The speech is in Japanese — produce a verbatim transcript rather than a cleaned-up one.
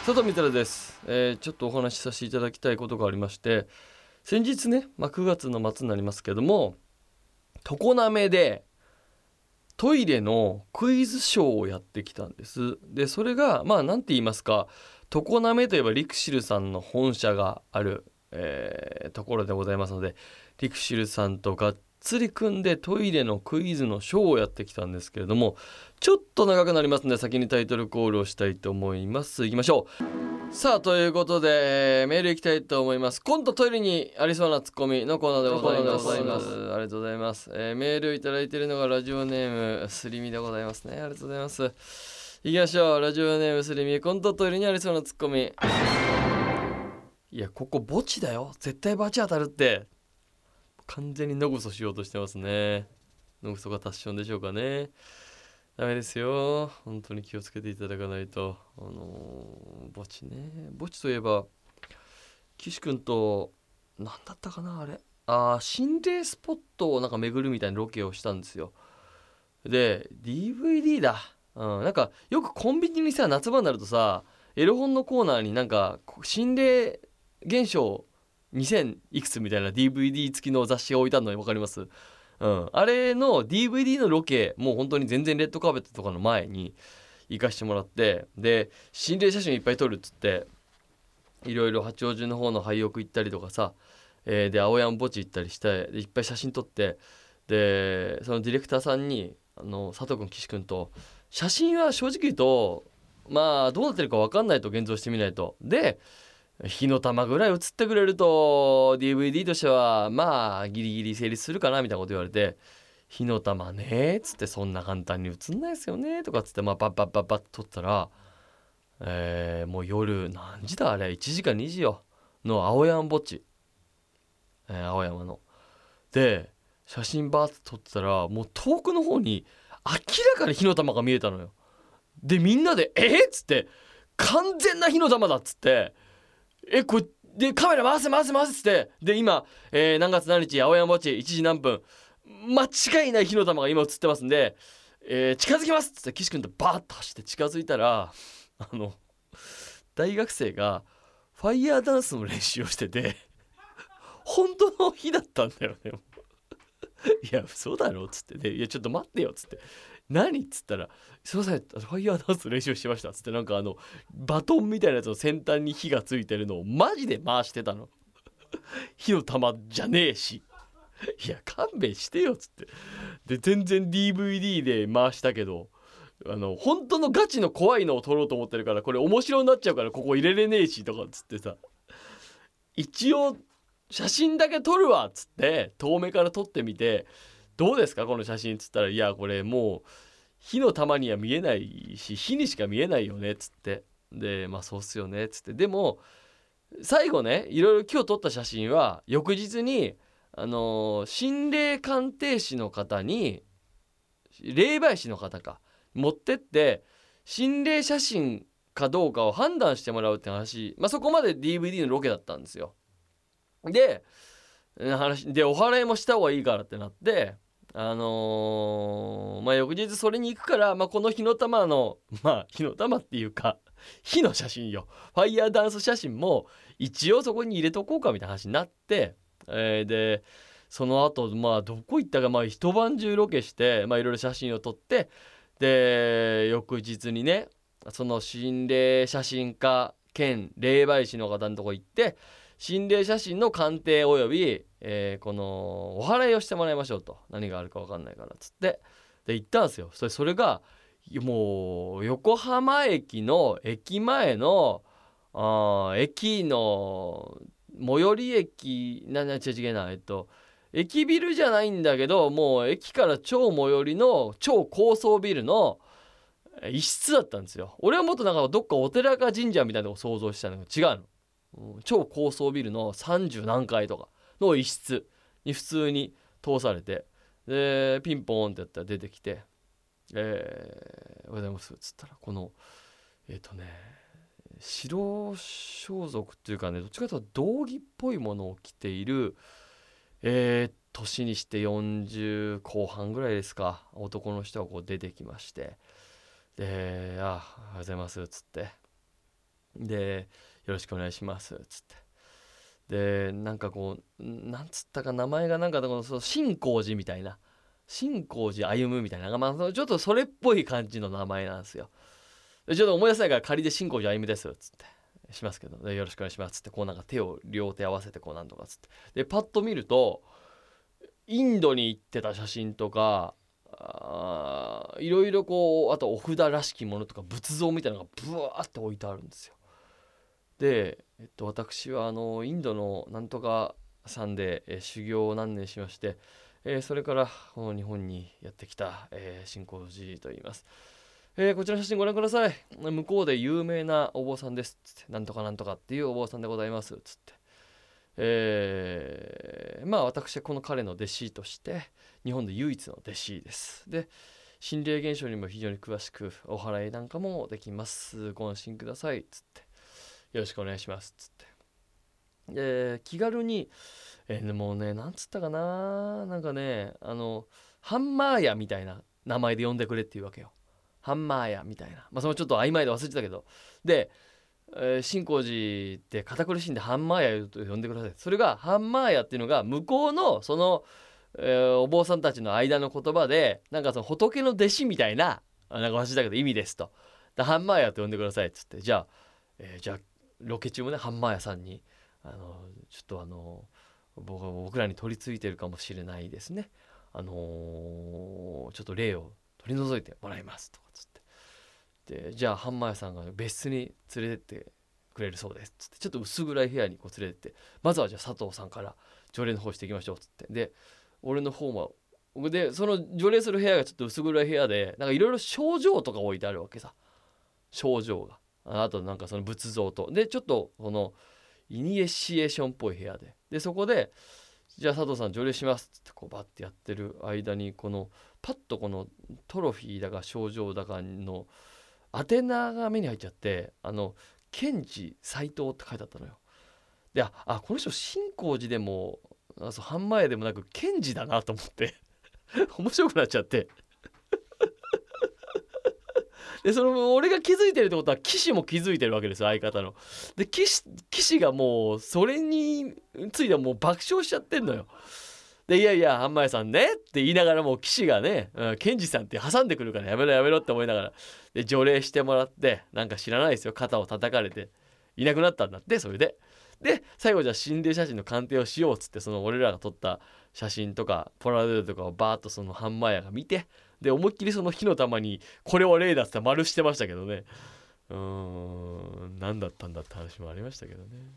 佐藤光です、えー、ちょっとお話しさせていただきたいことがありまして、先日ね、まあ、くがつの末になりますけども、常滑でトイレのクイズショーをやってきたんです。でそれがまあ何て言いますか、常滑といえばリクシルさんの本社がある、えー、ところでございますので、リクシルさんとがっつり組んでトイレのクイズのショーをやってきたんですけれども、ちょっと長くなりますので先にタイトルコールをしたいと思います。いきましょう。さあということで、えー、メールいきたいと思います。コントトイレにありそうなツッコミのコーナーでございます。ありがとうございます、えー、メールいただいているのがラジオネームすりみでございますね。ありがとうございます。いきましょう。ラジオネームすりみ、コントトイレにありそうなツッコミ。いやここ墓地だよ、絶対バチ当たるって。完全に野ぐそしようとしてますね。野ぐそが達しんでしょうかね。ダメですよ、本当に気をつけていただかないと。あのー、墓地ね、墓地といえば岸くんと何だったかな、あれあ心霊スポットをなんか巡るみたいなロケをしたんですよ。で ディーブイディー だ、うん、なんかよくコンビニにさ、夏場になるとさ、エロ本のコーナーになんか心霊現象にせんいくつみたいな ディーブイディー 付きの雑誌が置いてあるの分かります？うん、あれの ディーブイディー のロケ、もう本当に全然レッドカーペットとかの前に行かしてもらって、で心霊写真いっぱい撮るっつって、いろいろ八王子の方の廃屋行ったりとかさ、えー、で青山墓地行ったりしてでいっぱい写真撮って、でそのディレクターさんにあの佐藤君岸君と、写真は正直言うとまあどうなってるか分かんないと、現像してみないと。で火の玉ぐらい映ってくれると ディーブイディー としてはまあギリギリ成立するかなみたいなこと言われて、火の玉ねっつって、そんな簡単に映んないですよねとかっつって、まあバッバッバッバッと撮ったら、えー、もう夜何時だあれ、いちじかにじよの青山墓地、えー、青山ので写真バーッと撮ってたら、もう遠くの方に明らかに火の玉が見えたのよ。でみんなでえー、っつって、完全な火の玉だっつって、えこれでカメラ回せ回せ回せっつって、で今、えー、何月何日青山墓地いちじ何分、間違いない火の玉が今映ってますんで、えー、近づきますっつって岸君とバーッと走って近づいたら、あの大学生がファイヤーダンスの練習をしてて本当の火だったんだよね。いや嘘だろっつって、でいやちょっと待ってよっつって、何っつったら、すいませんファイヤーダンス練習してましたっつって、なんかあのバトンみたいなやつの先端に火がついてるのをマジで回してたの。火の玉じゃねえし、いや勘弁してよっつって、で全然 ディーブイディー で回したけど、あの本当のガチの怖いのを撮ろうと思ってるから、これ面白になっちゃうからここ入れれねえしとかっつってさ、一応写真だけ撮るわっつって遠目から撮ってみて、どうですかこの写真っつったら、いやこれもう火の玉には見えないし火にしか見えないよねっつって、でまあそうっすよねっつって、でも最後ね、いろいろ今日撮った写真は翌日にあのー、心霊鑑定士の方に、霊媒師の方か持ってって心霊写真かどうかを判断してもらうって話、まあ、そこまで ディーブイディー のロケだったんですよ。で話でお祓いもした方がいいからってなって、あのー、まあ翌日それに行くから、まあ、この火の玉のまあ火の玉っていうか火の写真よ、ファイヤーダンス写真も一応そこに入れとこうかみたいな話になって、えー、でその後まあどこ行ったか、まあ一晩中ロケして、まあいろいろ写真を撮って、で翌日にね、その心霊写真家兼霊媒師の方のとこ行って、心霊写真の鑑定および、えー、このお祓いをしてもらいましょうと、何があるか分かんないからっつってで行ったんですよ。それそれがもう横浜駅の駅前のあ駅の最寄り駅なな違う違うなえっと駅ビルじゃないんだけど、もう駅から超最寄りの超高層ビルの一室だったんですよ。俺はもっとなんかどっかお寺か神社みたいなのを想像したのが違うの。超高層ビルのさんじゅう何階とかの一室に普通に通されて、でピンポーンってやったら出てきて、えー、おはようございますっつったら、このえっ、ー、とね白装束っていうかね、どっちかというと道着っぽいものを着ている、えー、年にしてよんじゅうこう半ぐらいですか、男の人がこう出てきまして、で、あ、おはようございますっつって、 でよろしくお願いしますつってでなんかこうなんつったか名前がなんかこのその新光寺みたいな新光寺歩みたいな、まあ、ちょっとそれっぽい感じの名前なんですよ。でちょっと思い出せないから仮で新光寺歩みですつってしますけどでよろしくお願いしますつってこうなんか手を両手合わせてこうなんとかつってでパッと見るとインドに行ってた写真とかあいろいろこうあとお札らしきものとか仏像みたいなのがブワーって置いてあるんですよ。で、えっと、私はあのインドのなんとかさんで、えー修行を何年しまして、えーそれからこの日本にやってきた、えー新興寺と言います。えーこちらの写真ご覧ください。向こうで有名なお坊さんですつってなんとかなんとかっていうお坊さんでございますつって、えーまあ私はこの彼の弟子として日本で唯一の弟子です。で心霊現象にも非常に詳しくお祓いなんかもできます。ご安心くださいつってよろしくお願いしますつってで気軽に、えー、もうねなんつったかななんかねあのハンマーヤみたいな名前で呼んでくれっていうわけよ。ハンマーヤみたいな、まあそのちょっと曖昧で忘れてたけどでえー、新興寺って堅苦しいんでハンマーヤと呼んでください。それがハンマーヤっていうのが向こうのその、えーお坊さんたちの間の言葉でなんかその仏の弟子みたいななんか忘れたけど意味ですと。でハンマーヤと呼んでくださいっつってじゃあ、えーじゃあロケ中もねハンマーヤさんにあのちょっとあの僕僕らに取り付いてるかもしれないですね。あのーちょっと霊を取り除いてもらいますとかつって。でじゃあハンマー屋さんが別室に連れてってくれるそうですつってちょっと薄暗い部屋にこう連れてってまずはじゃあ佐藤さんから除霊の方していきましょうつってで俺の方もでその除霊する部屋がちょっと薄暗い部屋でなんかいろいろ症状とか置いてあるわけさ。症状があとなんかその仏像とでちょっとこのイニシエーションっぽい部屋ででそこでじゃあ佐藤さん除霊しますっつってこうバッてやってる間にこのパッとこのトロフィーだか症状だかの宛名が目に入っちゃってあの賢治斎藤って書いてあったのよ。でああこの人新光寺でもあそう半前でもなく賢治だなと思って面白くなっちゃってでその俺が気づいてるってことは岸も気づいてるわけですよ相方の。で岸岸がもうそれについてはもう爆笑しちゃってんのよ。でいやいや半前さんねって言いながらもう岸がね、うん、ケンジさんって挟んでくるからやめろやめろって思いながらで除霊してもらってなんか知らないですよ肩を叩かれていなくなったんだってそれでで最後じゃあ心霊写真の鑑定をしようっつってその俺らが撮った写真とかポラロイドとかをバーッとそのハンマーヤが見てで思いっきりその火の玉にこれは霊だっつって丸してましたけどねうーん何だったんだって話もありましたけどね。